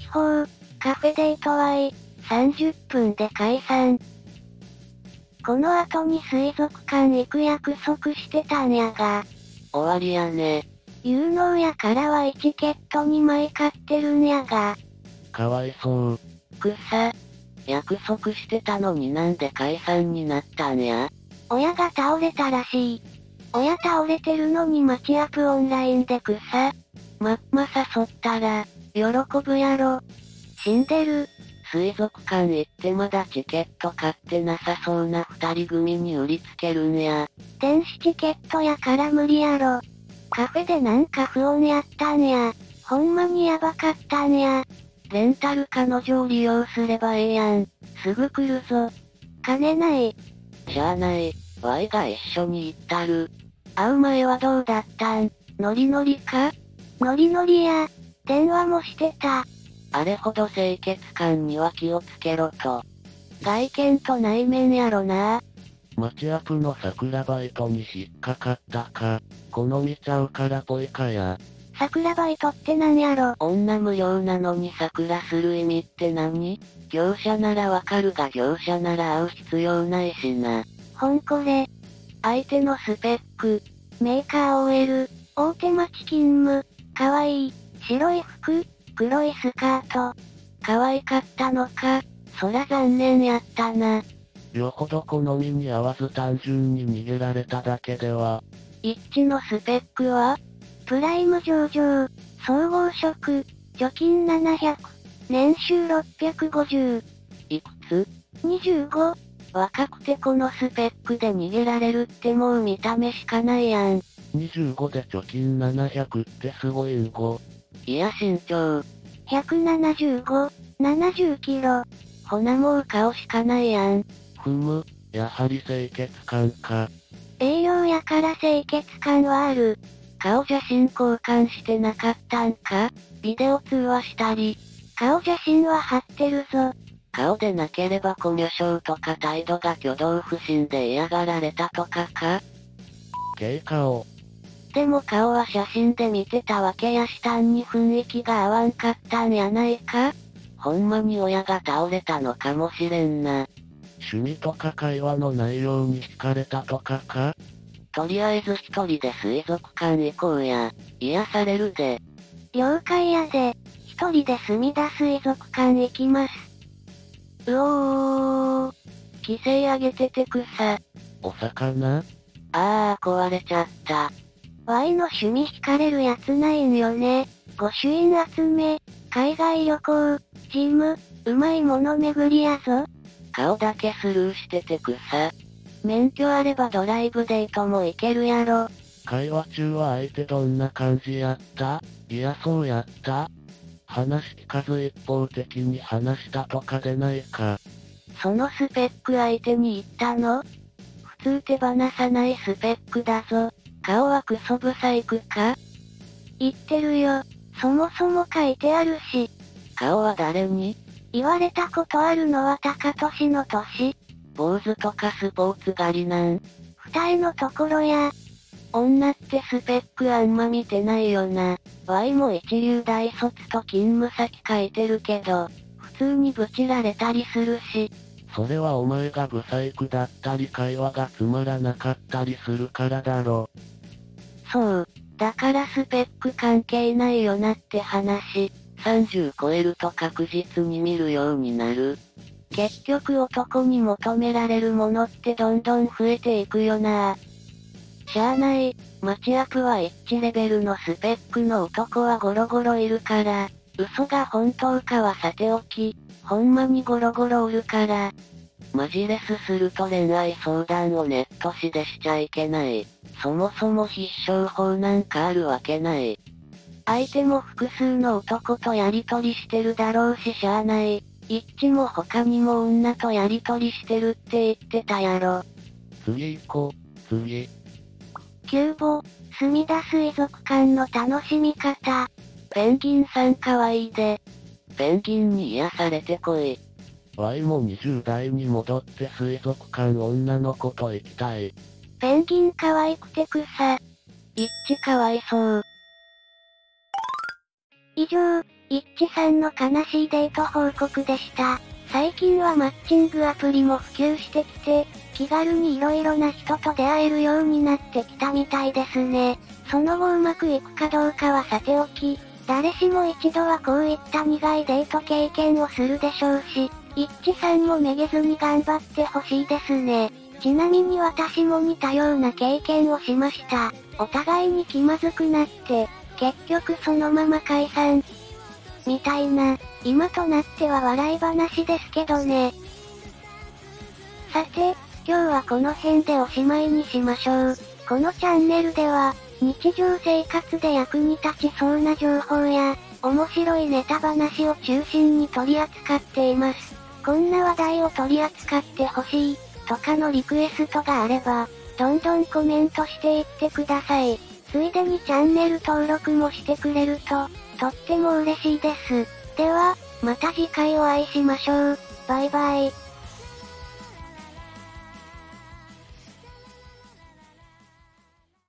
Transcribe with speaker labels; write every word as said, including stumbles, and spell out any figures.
Speaker 1: 報、カフェデート Y、さんじゅっぷんで解散。この後に水族館行く約束してたんやが。
Speaker 2: 終わりやね。
Speaker 1: 有能やからはチケットにまい買ってるんやが。
Speaker 2: かわいそう。くさ。約束してたのになんで解散になったんや。
Speaker 1: 親が倒れたらしい。親倒れてるのにマチアップオンラインで草。
Speaker 2: ま、ま誘ったら、
Speaker 1: 喜ぶやろ。死んでる。
Speaker 2: 水族館行ってまだチケット買ってなさそうな二人組に売りつけるんや。
Speaker 1: 電子チケットやから無理やろ。カフェでなんか不穏やったんや。ほんまにやばかったんや。
Speaker 2: レンタル彼女を利用すればええやん。すぐ来るぞ。
Speaker 1: 金ない。
Speaker 2: しゃあない。ワイが一緒に行ったる。
Speaker 1: 会う前はどうだったん？ノリノリか？ノリノリや。電話もしてた。
Speaker 2: あれほど清潔感には気をつけろと。
Speaker 1: 外見と内面やろな。
Speaker 2: マチアプの桜バイトに引っかかったか、好みちゃうからぽいかや。
Speaker 1: 桜バイトってなんやろ？
Speaker 2: 女無料なのに桜する意味って何？業者ならわかるが業者なら会う必要ないしな。
Speaker 1: ほんこれ。
Speaker 2: 相手のスペック。
Speaker 1: メーカー オーエル、大手町勤務、かわいい、白い服、黒いスカート。
Speaker 2: 可愛かったのか、そら残念やったな。よほど好みに合わず単純に逃げられただけでは。
Speaker 1: 一致のスペックは？プライム上場、総合職、貯金ななひゃく、年収ろっぴゃくごじゅう。
Speaker 2: いくつ？
Speaker 1: にじゅうご。
Speaker 2: 若くてこのスペックで逃げられるってもう見た目しかないやん。にじゅうごで貯金ななひゃくってすごいんご。いや身長。
Speaker 1: ひゃくななじゅうご、ななじゅうキロ。
Speaker 2: ほなもう顔しかないやん。ふむ、やはり清潔感か。
Speaker 1: 営業やから清潔感はある。
Speaker 2: 顔写真交換してなかったんか？ビデオ通話したり。
Speaker 1: 顔写真は貼ってるぞ。
Speaker 2: 顔でなければコミュ障とか態度が挙動不審で嫌がられたとかか？経過を。でも顔は写真で見てたわけやし単に雰囲気が合わんかったんやないか？ほんまに親が倒れたのかもしれんな。趣味とか会話の内容に惹かれたとかか？とりあえず一人で水族館行こうや。癒されるで。
Speaker 1: 了解やで。一人で墨田水族館行きます。
Speaker 2: うおー。規制上げてて草。お魚？あー壊れちゃった。
Speaker 1: Y の趣味惹かれるやつないんよね。御朱印集め、海外旅行、ジム、うまいもの巡りやぞ。
Speaker 2: 顔だけスルーしてて草。免許あればドライブデートも行けるやろ。会話中は相手どんな感じやった？嫌そうやった？話聞かず一方的に話したとかでないか。そのスペック相手に言ったの？普通手放さないスペックだぞ。顔はクソブサイクか？
Speaker 1: 言ってるよ。そもそも書いてあるし。
Speaker 2: 顔は誰に？
Speaker 1: 言われたことあるのは高俊の年。
Speaker 2: 坊主とかスポーツ狩りなん？
Speaker 1: 二重のところや。
Speaker 2: 女ってスペックあんま見てないよな。Y も一流大卒と勤務先書いてるけど、普通にブチられたりするし。それはお前がブサイクだったり会話がつまらなかったりするからだろ。そう。だからスペック関係ないよなって話。さんじゅう超えると確実に見るようになる。結局男に求められるものってどんどん増えていくよな。しゃあない。マチアプは一致レベルのスペックの男はゴロゴロいるから、嘘が本当かはさておき、ほんまにゴロゴロおるから。マジレスすると恋愛相談をネット誌でしちゃいけない。そもそも必勝法なんかあるわけない。相手も複数の男とやりとりしてるだろうししゃあない。一致も他にも女とやりとりしてるって言ってたやろ。次行こう、次。
Speaker 1: キューボ、墨田水族館の楽しみ方。
Speaker 2: ペンギンさんかわいいで。ペンギンに癒されてこい。Y もにじゅう代に戻って水族館女の子と行きたい。
Speaker 1: ペンギン可愛くて草。
Speaker 2: 一致かわいそう。
Speaker 1: 以上、 いっちさんの悲しいデート報告でした。最近はマッチングアプリも普及してきて、気軽に色々な人と出会えるようになってきたみたいですね。その後うまくいくかどうかはさておき、誰しも一度はこういった苦いデート経験をするでしょうし、いっちさんもめげずに頑張ってほしいですね。ちなみに私も似たような経験をしました。お互いに気まずくなって、結局そのまま解散。みたいな、今となっては笑い話ですけどね。さて、今日はこの辺でおしまいにしましょう。このチャンネルでは、日常生活で役に立ちそうな情報や、面白いネタ話を中心に取り扱っています。こんな話題を取り扱ってほしい、とかのリクエストがあれば、どんどんコメントしていってください。ついでにチャンネル登録もしてくれると、とっても嬉しいです。では、また次回お会いしましょう。バイバイ。